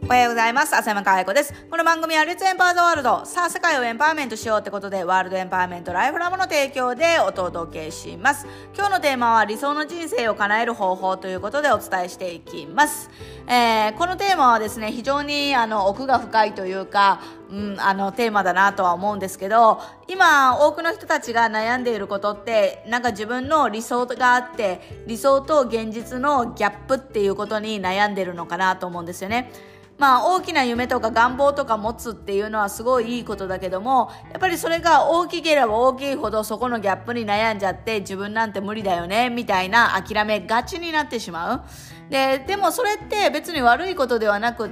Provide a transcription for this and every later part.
おはようございます。浅山かや子です。この番組はレッツエンパワーザワールド。さあ、世界をエンパワーメントしようってことで、ワールドエンパワーメントライフラボの提供でお届けします。今日のテーマは理想の人生を叶える方法ということでお伝えしていきます。このテーマはですね、非常に奥が深いというか、テーマだなとは思うんですけど、今多くの人たちが悩んでいることって、なんか自分の理想があって、理想と現実のギャップっていうことに悩んでるのかなと思うんですよね。大きな夢とか願望とか持つっていうのはすごいいいことだけども、やっぱりそれが大きければ大きいほどそこのギャップに悩んじゃって、自分なんて無理だよねみたいな諦めがちになってしまう。でもそれって別に悪いことではなくって、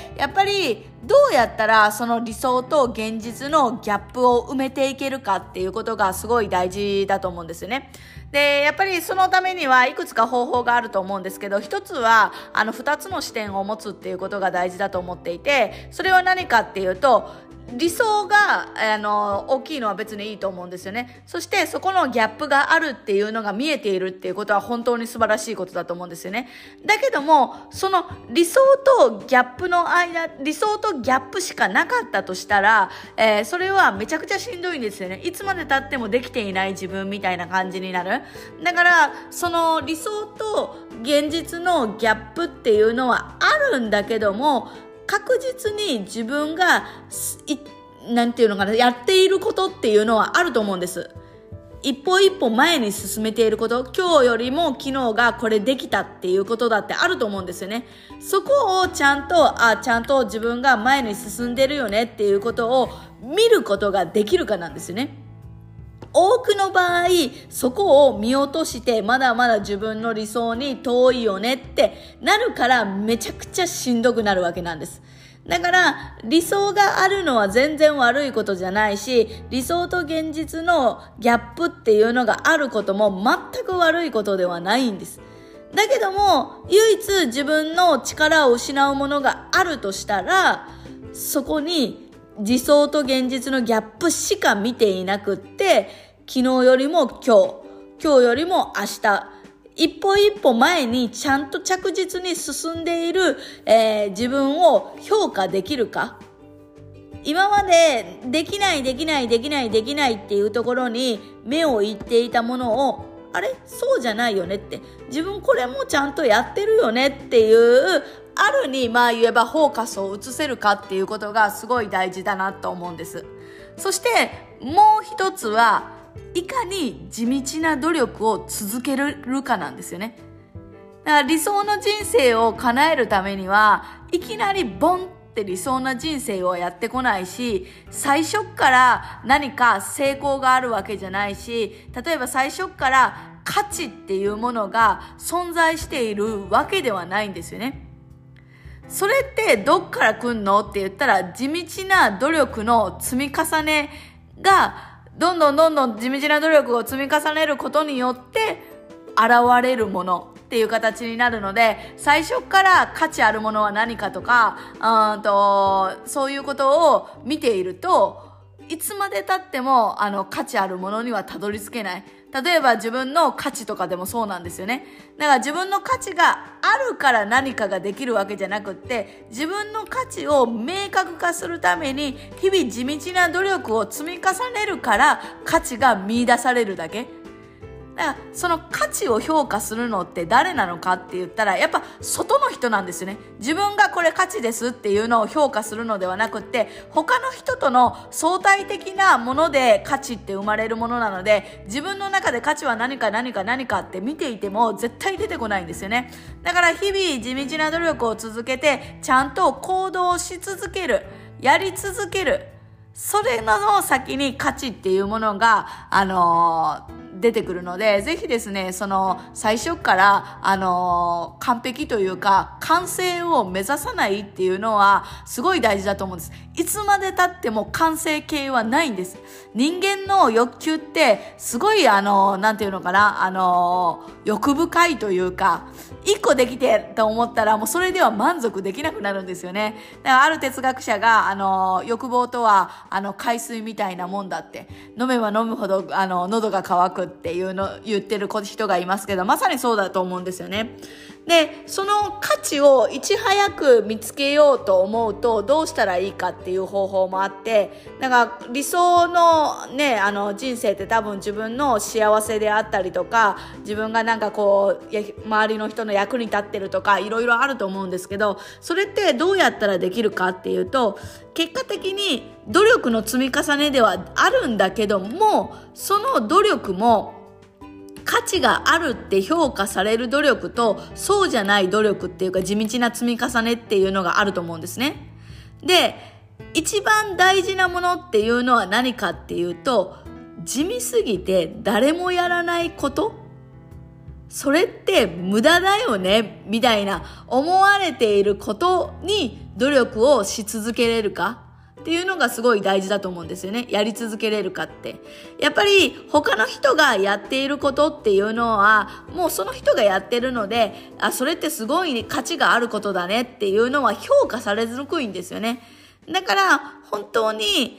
やっぱりどうやったらその理想と現実のギャップを埋めていけるかっていうことがすごい大事だと思うんですよね。で、やっぱりそのためにはいくつか方法があると思うんですけど、一つは二つの視点を持つっていうことが大事だと思っていて、それは何かっていうと、理想が大きいのは別にいいと思うんですよね。そしてそこのギャップがあるっていうのが見えているっていうことは本当に素晴らしいことだと思うんですよね。だけどもその理想とギャップの間、理想とギャップしかなかったとしたら、それはめちゃくちゃしんどいんですよね。いつまで経ってもできていない自分みたいな感じになる。だからその理想と現実のギャップっていうのはあるんだけども、確実に自分がやっていることっていうのはあると思うんです。一歩一歩前に進めていること、今日よりも昨日がこれできたっていうことだってあると思うんですよね。そこをちゃんと自分が前に進んでるよねっていうことを見ることができるかなんですよね。多くの場合、そこを見落としてまだまだ自分の理想に遠いよねってなるから、めちゃくちゃしんどくなるわけなんです。だから理想があるのは全然悪いことじゃないし、理想と現実のギャップっていうのがあることも全く悪いことではないんです。だけども唯一自分の力を失うものがあるとしたら、そこに理想と現実のギャップしか見ていなくって、昨日よりも今日よりも明日、一歩一歩前にちゃんと着実に進んでいる、自分を評価できるか。今までできないっていうところに目をいっていたものを、あれそうじゃないよねって、自分これもちゃんとやってるよねっていう、あるに言えばフォーカスを移せるかっていうことがすごい大事だなと思うんです。そしてもう一つは、いかに地道な努力を続けるかなんですよね。だから理想の人生を叶えるためには、いきなりボンって理想な人生をやってこないし、最初から何か成功があるわけじゃないし、例えば最初から価値っていうものが存在しているわけではないんですよね。それってどっから来んのって言ったら、地道な努力の積み重ねがどんどん地道な努力を積み重ねることによって現れるものっていう形になるので、最初から価値あるものは何かとか、そういうことを見ていると、いつまで経っても価値あるものにはたどり着けない。例えば自分の価値とかでもそうなんですよね。だから自分の価値があるから何かができるわけじゃなくって、自分の価値を明確化するために日々地道な努力を積み重ねるから価値が見出されるだけ。だからその価値を評価するのって誰なのかって言ったら、やっぱ外の人なんですよね。自分がこれ価値ですっていうのを評価するのではなくって、他の人との相対的なもので価値って生まれるものなので、自分の中で価値は何かって見ていても絶対出てこないんですよね。だから日々地道な努力を続けて、ちゃんと行動し続ける、やり続ける、それの先に価値っていうものが出てくるので、ぜひですね、最初から完璧というか完成を目指さないっていうのはすごい大事だと思うんです。いつまで経っても完成形はないんです。人間の欲求ってすごい欲深いというか、一個できてと思ったらもうそれでは満足できなくなるんですよね。だからある哲学者が欲望とは海水みたいなもんだって、飲めば飲むほど喉が渇くっていうの言ってる人がいますけど、まさにそうだと思うんですよね。 で、その価値をいち早く見つけようと思うとどうしたらいいかっていう方法もあって、だから理想のね、人生って多分自分の幸せであったりとか、自分がなんかこう、周りの人の役に立ってるとか、いろいろあると思うんですけど、それってどうやったらできるかっていうと、結果的に努力の積み重ねではあるんだけども、その努力も価値があるって評価される努力と、そうじゃない努力っていうか地道な積み重ねっていうのがあると思うんですね。で、一番大事なものっていうのは何かっていうと、地味すぎて誰もやらないこと、それって無駄だよねみたいな思われていることに努力をし続けれるかっていうのがすごい大事だと思うんですよね。やり続けれるかって。やっぱり他の人がやっていることっていうのはもうその人がやってるので、それってすごい価値があることだねっていうのは評価されにくいんですよね。だから本当に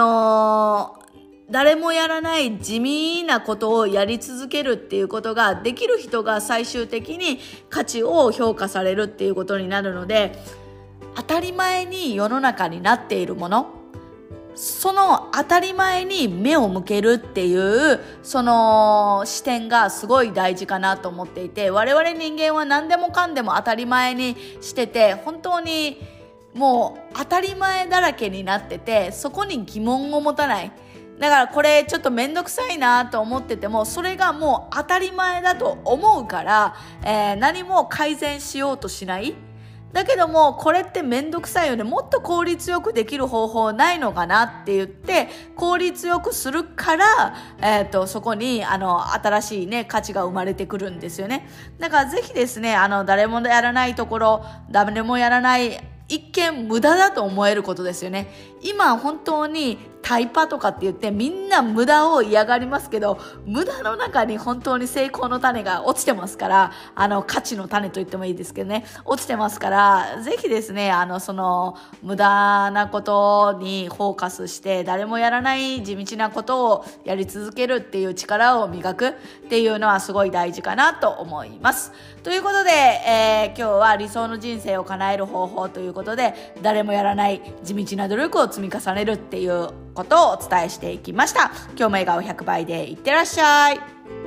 誰もやらない地味なことをやり続けるっていうことができる人が最終的に価値を評価されるっていうことになるので、当たり前に世の中になっているもの、その当たり前に目を向けるっていうその視点がすごい大事かなと思っていて、我々人間は何でもかんでも当たり前にしてて、本当にもう当たり前だらけになってて、そこに疑問を持たない。だからこれちょっとめんどくさいなと思ってても、それがもう当たり前だと思うから、何も改善しようとしない。だけどもこれってめんどくさいよね、もっと効率よくできる方法ないのかなって言って効率よくするから、そこに新しいね価値が生まれてくるんですよね。だからぜひですね、誰もやらないところ、誰もやらない一見無駄だと思えることですよね。今本当にタイパとかって言ってみんな無駄を嫌がりますけど、無駄の中に本当に成功の種が落ちてますから、価値の種と言ってもいいですけどね、落ちてますから、ぜひですね、その無駄なことにフォーカスして誰もやらない地道なことをやり続けるっていう力を磨くっていうのはすごい大事かなと思います。ということで、今日は理想の人生を叶える方法ということで、誰もやらない地道な努力を積み重ねるっていうことをお伝えしていきました。今日も笑顔100倍でいってらっしゃい。